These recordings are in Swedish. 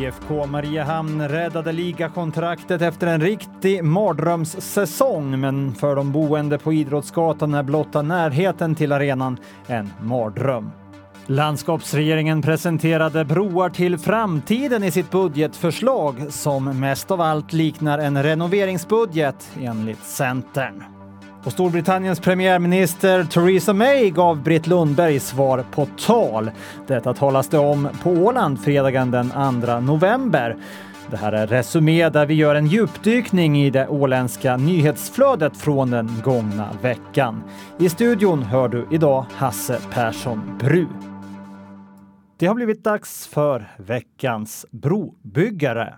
IFK Mariehamn räddade ligakontraktet efter en riktig mardrömssäsong, men för de boende på Idrottsgatan är blotta närheten till arenan en mardröm. Landskapsregeringen presenterade broar till framtiden i sitt budgetförslag som mest av allt liknar en renoveringsbudget enligt Centern. Och Storbritanniens premiärminister Theresa May gav Britt Lundberg svar på tal. Detta talas det om på Åland fredagen den 2 november. Det här är Resumé där vi gör en djupdykning i det åländska nyhetsflödet från den gångna veckan. I studion hör du idag Hasse Persson Bru. Det har blivit dags för veckans brobyggare.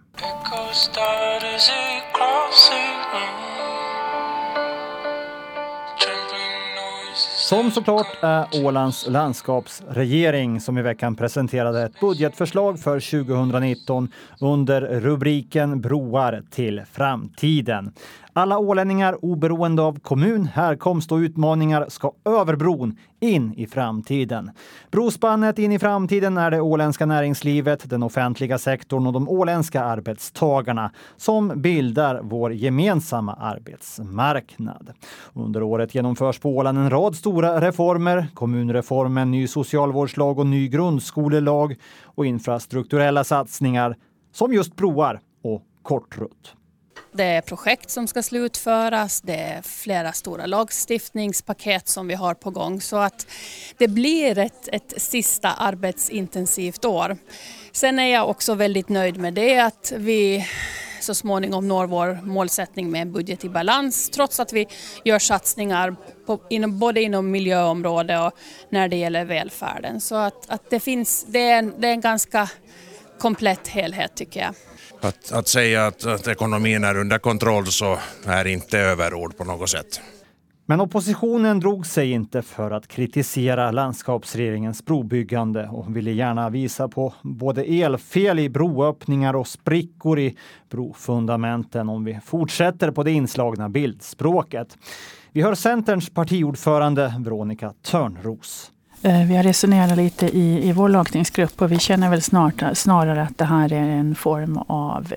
Som såklart är Ålands landskapsregering som i veckan presenterade ett budgetförslag för 2019 under rubriken Broar till framtiden. Alla ålänningar oberoende av kommun, härkomst och utmaningar ska över bron in i framtiden. Brospannet in i framtiden är det åländska näringslivet, den offentliga sektorn och de åländska arbetstagarna som bildar vår gemensamma arbetsmarknad. Under året genomförs på Åland en rad stora reformer, kommunreformen, ny socialvårdslag och ny grundskolelag och infrastrukturella satsningar som just broar och kortrutt. Det är projekt som ska slutföras, det är flera stora lagstiftningspaket som vi har på gång så att det blir ett sista arbetsintensivt år. Sen är jag också väldigt nöjd med det att vi så småningom når vår målsättning med en budget i balans trots att vi gör satsningar både inom miljöområdet och när det gäller välfärden. Så att det är en ganska komplett helhet tycker jag. Att säga att ekonomin är under kontroll så är inte överord på något sätt. Men oppositionen drog sig inte för att kritisera landskapsregeringens brobyggande och ville gärna visa på både elfel i broöppningar och sprickor i brofundamenten om vi fortsätter på det inslagna bildspråket. Vi hör Centerns partiordförande Veronica Törnros. Vi har resonerat lite i vår lagtingsgrupp och vi känner väl snarare att det här är en form av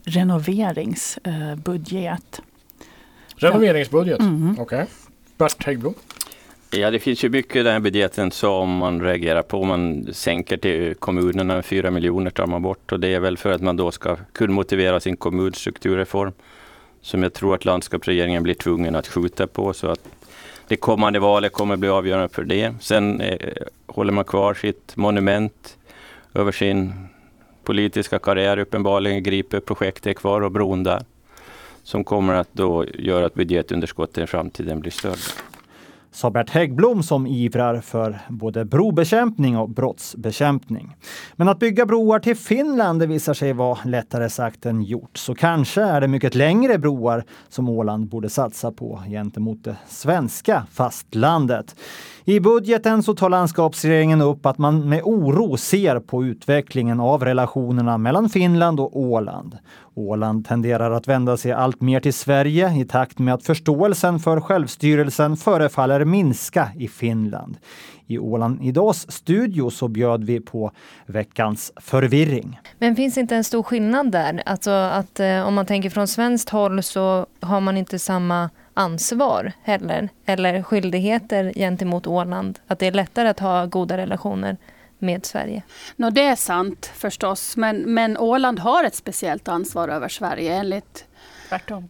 renoveringsbudget. Renoveringsbudget? Okej. Bert Häggblom? Ja, det finns ju mycket i den här budgeten som man reagerar på. Man sänker till kommunerna 4 miljoner tar man bort och det är väl för att man då ska kunna motivera sin kommunstrukturreform som jag tror att landskapsregeringen blir tvungen att skjuta på så att det kommande valet kommer bli avgörande för det. Sen håller man kvar sitt monument över sin politiska karriär. Uppenbarligen griper projektet kvar och bron där. Som kommer att då göra att budgetunderskottet i framtiden blir större. Sa Bert Häggblom som ivrar för både brobekämpning och brottsbekämpning. Men att bygga broar till Finland visar sig vara lättare sagt än gjort. Så kanske är det mycket längre broar som Åland borde satsa på gentemot det svenska fastlandet. I budgeten så tar landskapsregeringen upp att man med oro ser på utvecklingen av relationerna mellan Finland och Åland. Åland tenderar att vända sig allt mer till Sverige i takt med att förståelsen för självstyrelsen förefaller minska i Finland. I Åland idags studio så bjöd vi på veckans förvirring. Men finns inte en stor skillnad där? Alltså att om man tänker från svenskt håll så har man inte samma ansvar heller eller skyldigheter gentemot Åland. Att det är lättare att ha goda relationer med Sverige. Det är sant förstås, men Åland har ett speciellt ansvar över Sverige enligt... Tvärtom.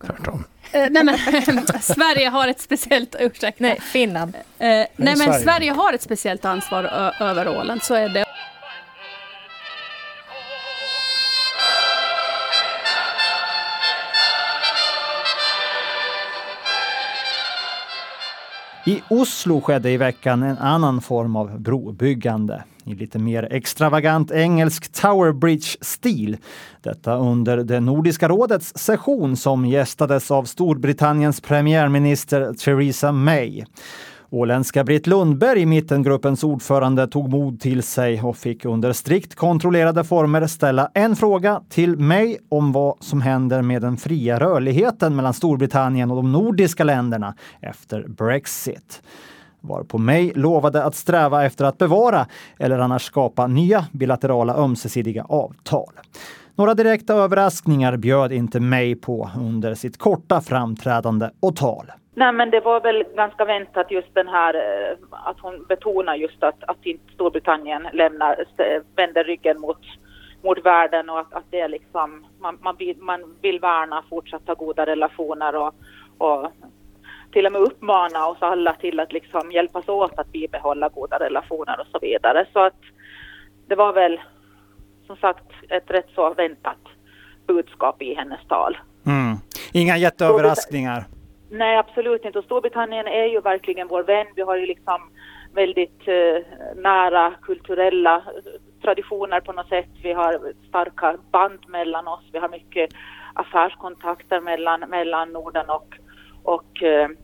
Sverige har ett speciellt... Finland. Sverige har ett speciellt ansvar över Åland, så är det. I Oslo skedde i veckan en annan form av brobyggande. I lite mer extravagant engelsk Tower Bridge-stil. Detta under det Nordiska rådets session som gästades av Storbritanniens premiärminister Theresa May. Åländska Britt Lundberg, mittengruppens ordförande, tog mod till sig och fick under strikt kontrollerade former ställa en fråga till mig om vad som händer med den fria rörligheten mellan Storbritannien och de nordiska länderna efter Brexit. Varpå May lovade att sträva efter att bevara eller annars skapa nya bilaterala ömsesidiga avtal. Några direkta överraskningar bjöd inte May på under sitt korta framträdande och tal. Nej, men det var väl ganska väntat just den här att hon betonar just att inte Storbritannien vänder ryggen mot världen och att det är liksom man vill värna fortsatta goda relationer och till och med uppmana oss alla till att liksom hjälpas åt att bibehålla goda relationer och så vidare. Så att det var väl som sagt ett rätt så väntat budskap i hennes tal. Inga jätteöverraskningar. Nej, absolut inte. Och Storbritannien är ju verkligen vår vän. Vi har ju liksom väldigt nära kulturella traditioner på något sätt. Vi har starka band mellan oss. Vi har mycket affärskontakter mellan Norden och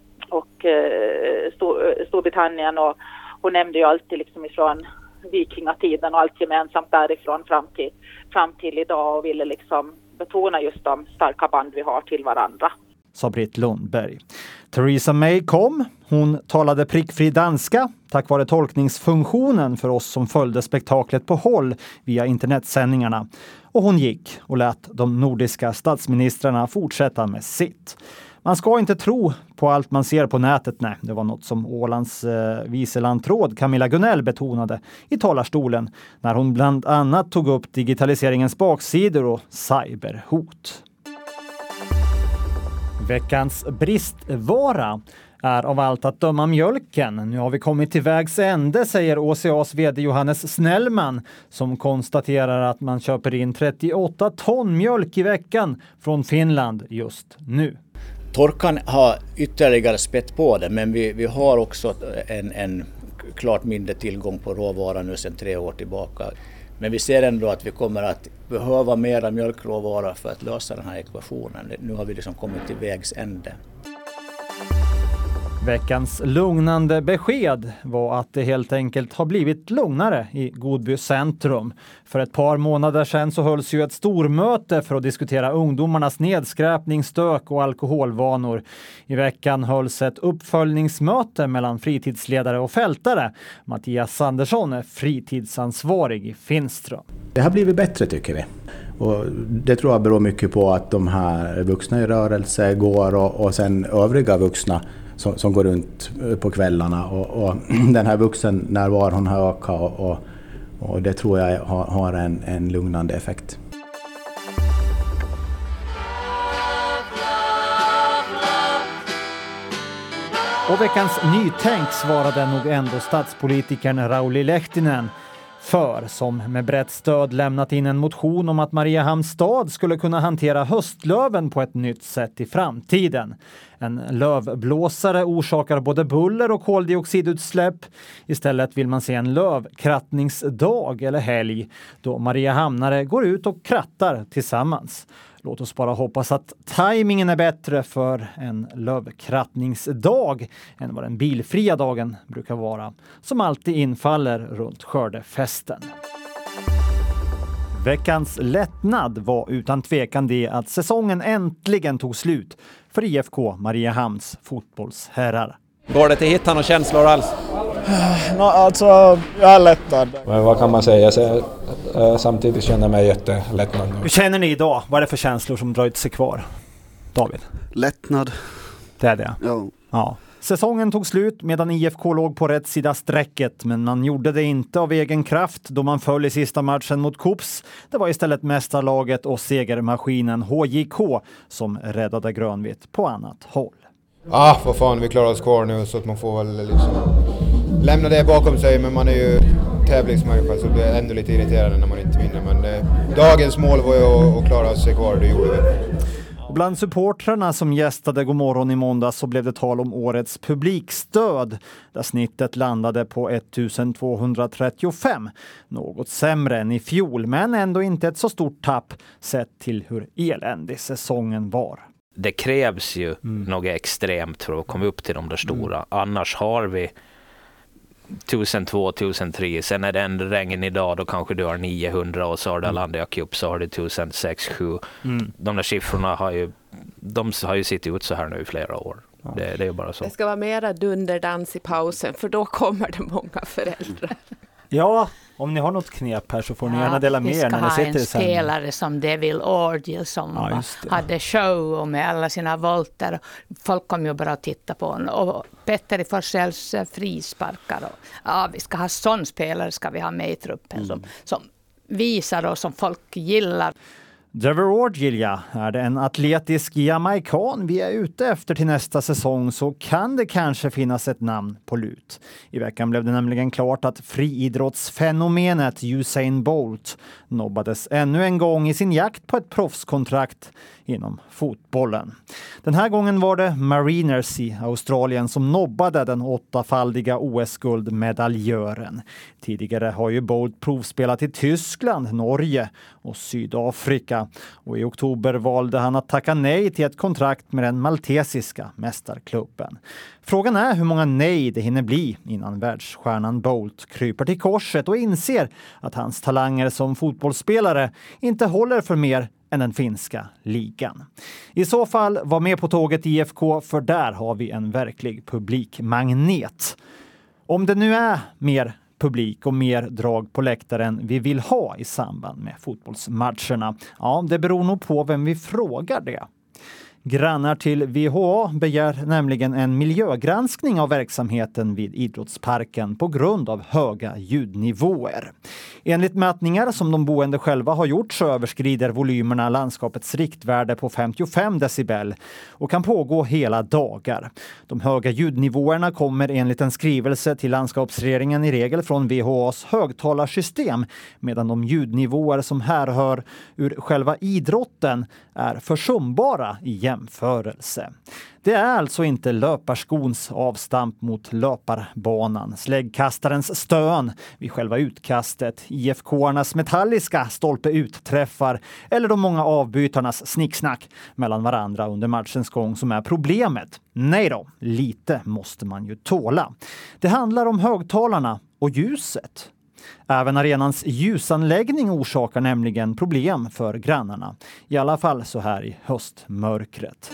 Storbritannien. Och hon nämnde ju alltid liksom ifrån vikingatiden och allt gemensamt därifrån fram till idag och ville liksom betona just de starka band vi har till varandra. Sa Britt Lundberg. Theresa May kom. Hon talade prickfri danska tack vare tolkningsfunktionen för oss som följde spektaklet på håll via internetsändningarna. Och hon gick och lät de nordiska statsministrarna fortsätta med sitt. Man ska inte tro på allt man ser på nätet. Nej, det var något som Ålands vicelandråd Camilla Gunnell betonade i talarstolen när hon bland annat tog upp digitaliseringens baksidor och cyberhot. Veckans bristvara är av allt att döma mjölken. Nu har vi kommit till vägs ände, säger OCAs vd Johannes Snellman, som konstaterar att man köper in 38 ton mjölk i veckan från Finland just nu. Torkan har ytterligare spett på det, men vi har också en klart mindre tillgång på råvara nu sedan 3 år tillbaka. Men vi ser ändå att vi kommer att behöva mera mjölkråvara för att lösa den här ekvationen. Nu har vi liksom kommit till vägs ände. Veckans lugnande besked var att det helt enkelt har blivit lugnare i Godby centrum. För ett par månader sedan så hölls ju ett stormöte för att diskutera ungdomarnas nedskräpning, stök och alkoholvanor. I veckan hölls ett uppföljningsmöte mellan fritidsledare och fältare. Mattias Andersson är fritidsansvarig i Finström. Det har blivit bättre tycker vi. Och det tror jag beror mycket på att de här vuxna i rörelse går och sen övriga vuxna som går runt på kvällarna och den här vuxennärvaron har ökat och det tror jag har en lugnande effekt. Och veckans nytänk svarade nog ändå stadspolitikern Rauli Lehtinen för, som med brett stöd lämnat in en motion om att Mariehamns stad skulle kunna hantera höstlöven på ett nytt sätt i framtiden. En lövblåsare orsakar både buller och koldioxidutsläpp. Istället vill man se en lövkrattningsdag eller helg då Mariehamnare går ut och krattar tillsammans. Låt oss bara hoppas att tajmingen är bättre för en lövkrattningsdag än vad den bilfria dagen brukar vara, som alltid infaller runt skördefesten. Veckans lättnad var utan tvekan det att säsongen äntligen tog slut för IFK Mariehamns fotbollsherrar. Går det till hitta några känslor alls? Alltså, jag är lättad. Men vad kan man säga? Samtidigt känner jag mig jättelättnad nu. Hur känner ni idag? Vad är det för känslor som dröjt sig kvar? David? Lättnad. Det är det? Ja. Säsongen tog slut medan IFK låg på rätt sida strecket, men man gjorde det inte av egen kraft då man föll i sista matchen mot Kops. Det var istället mästarlaget och segermaskinen HJK som räddade grönvitt på annat håll. För fan, vi klarar oss kvar nu så att man får väl liksom lämna det bakom sig, men man är ju tävlingsmänniska så det är ändå lite irriterande när man inte vinner. Men dagens mål var ju att klara sig kvar, det gjorde vi. Och bland supportrarna som gästade Godmorgon i måndag så blev det tal om årets publikstöd där snittet landade på 1235. Något sämre än i fjol, men ändå inte ett så stort tapp sett till hur eländig säsongen var. Det krävs ju något extremt för att komma upp till de där stora. Annars har vi 1002, 1003. Sen är det en regn idag, då kanske du har 900 och så har du Landia Cup så har du 1006-7. De där siffrorna har ju sett ut så här nu i flera år. Ja. Det är ju bara så. Det ska vara mera dunderdans i pausen för då kommer det många föräldrar. Ja, Om ni har något knep här så får ni gärna dela med er när ni sitter i Vi ska ha en sändning. spelare som Devil Orgel som hade show och med alla sina volter. Folk kom ju bara att titta på honom. Och Petteri Forsells frisparkar. Vi ska ha sån spelare ska vi ha med i truppen som visar och som folk gillar. Devil Orgel, ja. Är det en atletisk jamaikan vi är ute efter till nästa säsong så kan det kanske finnas ett namn på lut. I veckan blev det nämligen klart att friidrottsfenomenet Usain Bolt nobbades ännu en gång i sin jakt på ett proffskontrakt inom fotbollen. Den här gången var det Mariners i Australien som nobbade den 8-faldiga OS-guldmedaljören. Tidigare har ju Bolt provspelat i Tyskland, Norge och Sydafrika. Och i oktober valde han att tacka nej till ett kontrakt med den maltesiska mästarklubben. Frågan är hur många nej det hinner bli innan världsstjärnan Bolt kryper till korset och inser att hans talanger som fotbollsspelare inte håller för mer än den finska ligan. I så fall var med på tåget IFK, för där har vi en verklig publikmagnet. Om det nu är mer publik och mer drag på läktaren vi vill ha i samband med fotbollsmatcherna, det beror nog på vem vi frågar det. Grannar till VHA begär nämligen en miljögranskning av verksamheten vid idrottsparken på grund av höga ljudnivåer. Enligt mätningar som de boende själva har gjort så överskrider volymerna landskapets riktvärde på 55 decibel och kan pågå hela dagar. De höga ljudnivåerna kommer enligt en skrivelse till landskapsregeringen i regel från VHAs högtalarsystem, medan de ljudnivåer som härhör ur själva idrotten är försumbara i jämförelse. Det är alltså inte löparskons avstamp mot löparbanan, släggkastarens stön vid själva utkastet, IFK-arnas metalliska stolpe utträffar eller de många avbytarnas snicksnack mellan varandra under matchens gång som är problemet. Nej då, lite måste man ju tåla. Det handlar om högtalarna och ljuset. Även arenans ljusanläggning orsakar nämligen problem för grannarna. I alla fall så här i höstmörkret.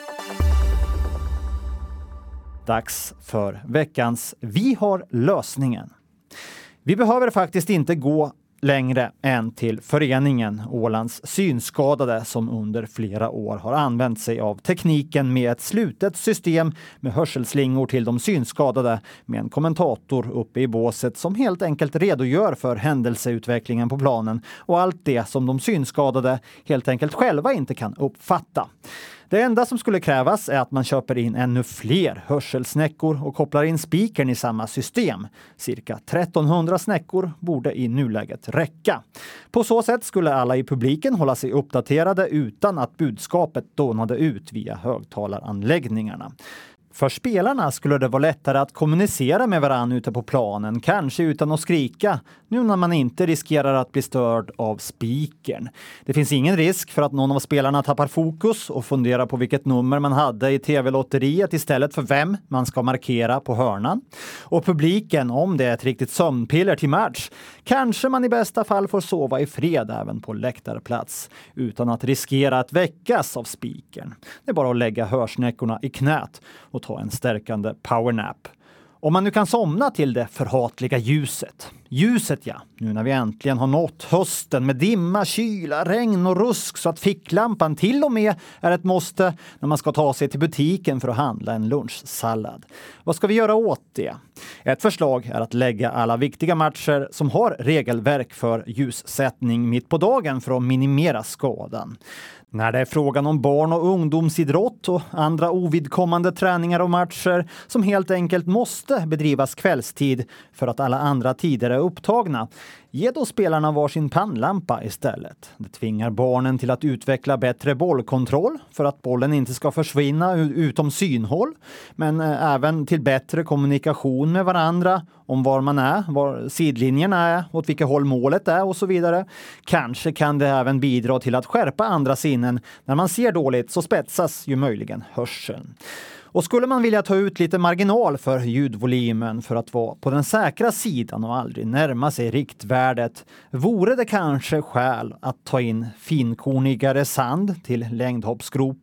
Dags för veckans Vi har lösningen. Vi behöver faktiskt inte gå längre än till föreningen Ålands synskadade som under flera år har använt sig av tekniken med ett slutet system med hörselslingor till de synskadade med en kommentator uppe i båset som helt enkelt redogör för händelseutvecklingen på planen och allt det som de synskadade helt enkelt själva inte kan uppfatta. Det enda som skulle krävas är att man köper in ännu fler hörselsnäckor och kopplar in spikern i samma system. Cirka 1300 snäckor borde i nuläget räcka. På så sätt skulle alla i publiken hålla sig uppdaterade utan att budskapet dånade ut via högtalaranläggningarna. För spelarna skulle det vara lättare att kommunicera med varandra ute på planen, kanske utan att skrika, nu när man inte riskerar att bli störd av spikern. Det finns ingen risk för att någon av spelarna tappar fokus och funderar på vilket nummer man hade i tv-lotteriet istället för vem man ska markera på hörnan. Och publiken, om det är ett riktigt sömnpiller till match, kanske man i bästa fall får sova i fred även på läktarplats, utan att riskera att väckas av spikern. Det är bara att lägga hörsnäckorna i knät och ta en stärkande powernap. Om man nu kan somna till det förhatliga ljuset. Ljuset, ja. Nu när vi äntligen har nått hösten med dimma, kyla, regn och rusk så att ficklampan till och med är ett måste när man ska ta sig till butiken för att handla en lunchsallad. Vad ska vi göra åt det? Ett förslag är att lägga alla viktiga matcher som har regelverk för ljussättning mitt på dagen för att minimera skadan. När det är frågan om barn- och ungdomsidrott och andra ovidkommande träningar och matcher som helt enkelt måste bedrivas kvällstid för att alla andra tider är upptagna, ge då spelarna varsin pannlampa istället. Det tvingar barnen till att utveckla bättre bollkontroll för att bollen inte ska försvinna utom synhåll, men även till bättre kommunikation med varandra om var man är, var sidlinjerna är, åt vilka håll målet är och så vidare. Kanske kan det även bidra till att skärpa andra sinnen. När man ser dåligt så spetsas ju möjligen hörseln. Och skulle man vilja ta ut lite marginal för ljudvolymen för att vara på den säkra sidan och aldrig närma sig riktvärdet, vore det kanske skäl att ta in finkornigare sand till längdhoppsgropen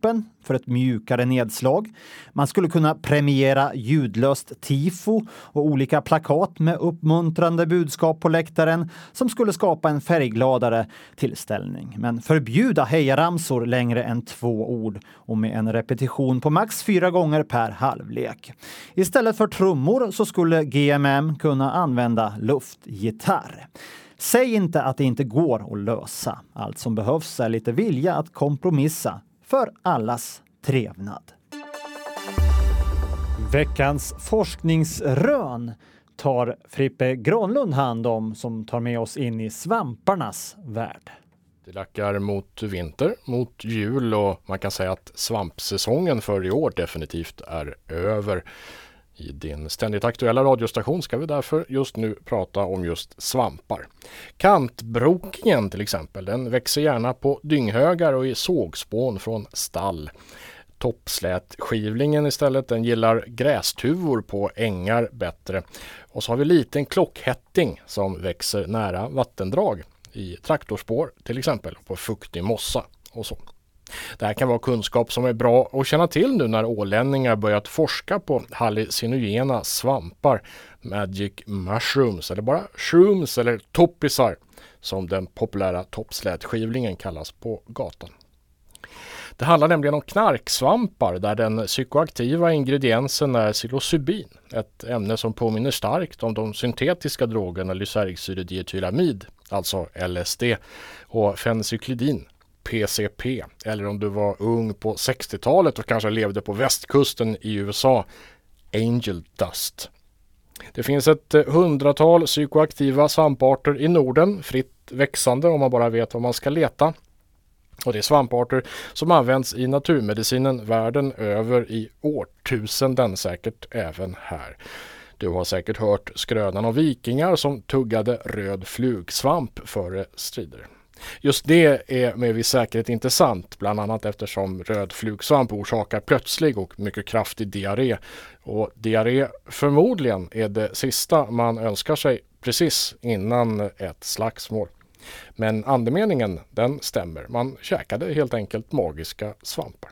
för ett mjukare nedslag. Man skulle kunna premiera ljudlöst tifo och olika plakat med uppmuntrande budskap på läktaren som skulle skapa en färggladare tillställning. Men förbjuda hejaramsor längre än 2 ord och med en repetition på max 4 gånger per halvlek. Istället för trummor så skulle GMM kunna använda luftgitarr. Säg inte att det inte går att lösa. Allt som behövs är lite vilja att kompromissa för allas trevnad. Veckans forskningsrön tar Frippe Granlund hand om, som tar med oss in i svamparnas värld. Det lackar mot vinter, mot jul, och man kan säga att svampsäsongen för i år definitivt är över. I din ständigt aktuella radiostation ska vi därför just nu prata om just svampar. Kantbrokingen till exempel, den växer gärna på dynghögar och i sågspån från stall. Toppslätskivlingen istället, den gillar grästuvor på ängar bättre. Och så har vi liten klockhätting som växer nära vattendrag i traktorspår till exempel, på fuktig mossa och så. Det här kan vara kunskap som är bra att känna till nu när ålänningar börjat forska på hallucinogena svampar, magic mushrooms eller bara shrooms eller toppisar som den populära toppslätskivlingen kallas på gatan. Det handlar nämligen om knarksvampar där den psykoaktiva ingrediensen är psilocybin, ett ämne som påminner starkt om de syntetiska drogerna lysergsyredietylamid, alltså LSD, och fencyklidin, PCP, eller om du var ung på 60-talet och kanske levde på västkusten i USA, Angel Dust. Det finns ett 100-tal psykoaktiva svamparter i Norden, fritt växande om man bara vet vad man ska leta. Och det är svamparter som används i naturmedicinen världen över i årtusenden, säkert även här. Du har säkert hört skrönan om vikingar som tuggade röd flugsvamp före strider. Just det är med viss säkerhet inte sant, bland annat eftersom röd flugsvamp orsakar plötslig och mycket kraftig diarré. Och diarré förmodligen är det sista man önskar sig precis innan ett slagsmål. Men andemeningen, den stämmer. Man käkade helt enkelt magiska svampar.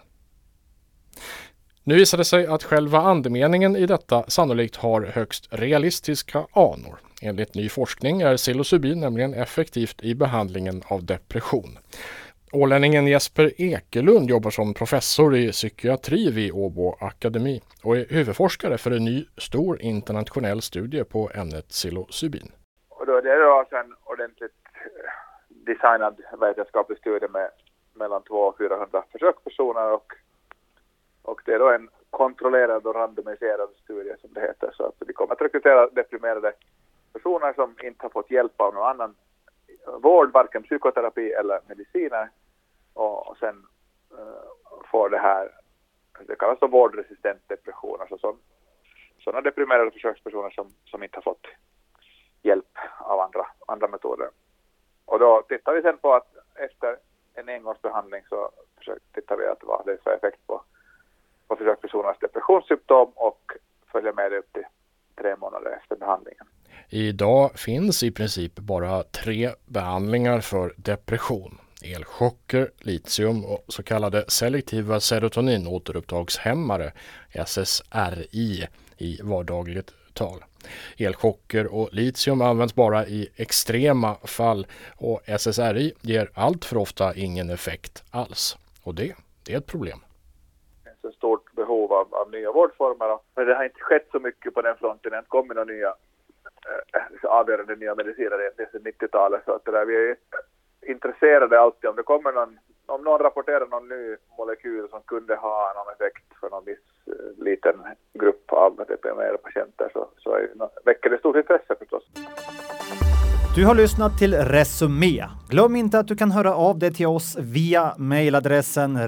Nu visar det sig att själva andemeningen i detta sannolikt har högst realistiska anor. Enligt ny forskning är psilocybin nämligen effektivt i behandlingen av depression. Ålänningen Jesper Ekelund jobbar som professor i psykiatri vid Åbo Akademi och är huvudforskare för en ny stor internationell studie på ämnet psilocybin. Och då är det alltså en ordentligt designad vetenskaplig studie med mellan 200 och 400 försökspersoner och det är då en kontrollerad och randomiserad studie som det heter, så att vi kommer att rekrytera deprimerade personer som inte har fått hjälp av någon annan vård, varken psykoterapi eller mediciner, och sen får det kallas då vårdresistent depression, alltså sådana deprimerade försökspersoner som inte har fått hjälp av andra metoder. Och då tittar vi sen på att efter en engångsbehandling så tittar vi att vad det är för effekt på försökspersonernas depressionssymptom och följer med det upp till 3 månader efter behandlingen. Idag finns i princip bara 3 behandlingar för depression. Elchocker, litium och så kallade selektiva serotoninåterupptagshämmare, SSRI i vardagligt tal. Elchocker och litium används bara i extrema fall och SSRI ger allt för ofta ingen effekt alls. Och det är ett problem. Det finns ett stort behov av nya vårdformer, men det har inte skett så mycket på den fronten. Det har inte kommit några nya avgörande nya mediciner sedan 90-talet, så att det där, vi är intresserade alltid om det kommer om någon rapporterar någon ny molekyl som kunde ha någon effekt för någon viss liten grupp av deprimerade patienter, så väcker det stort intresse förstås. Du har lyssnat till Resumé. Glöm inte att du kan höra av dig till oss via mejladressen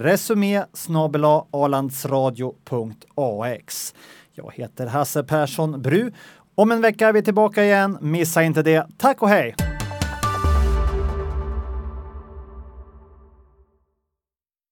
resumé@alandsradio.ax. Jag heter Hasse Persson Bru. Om en vecka är vi tillbaka igen. Missa inte det. Tack och hej!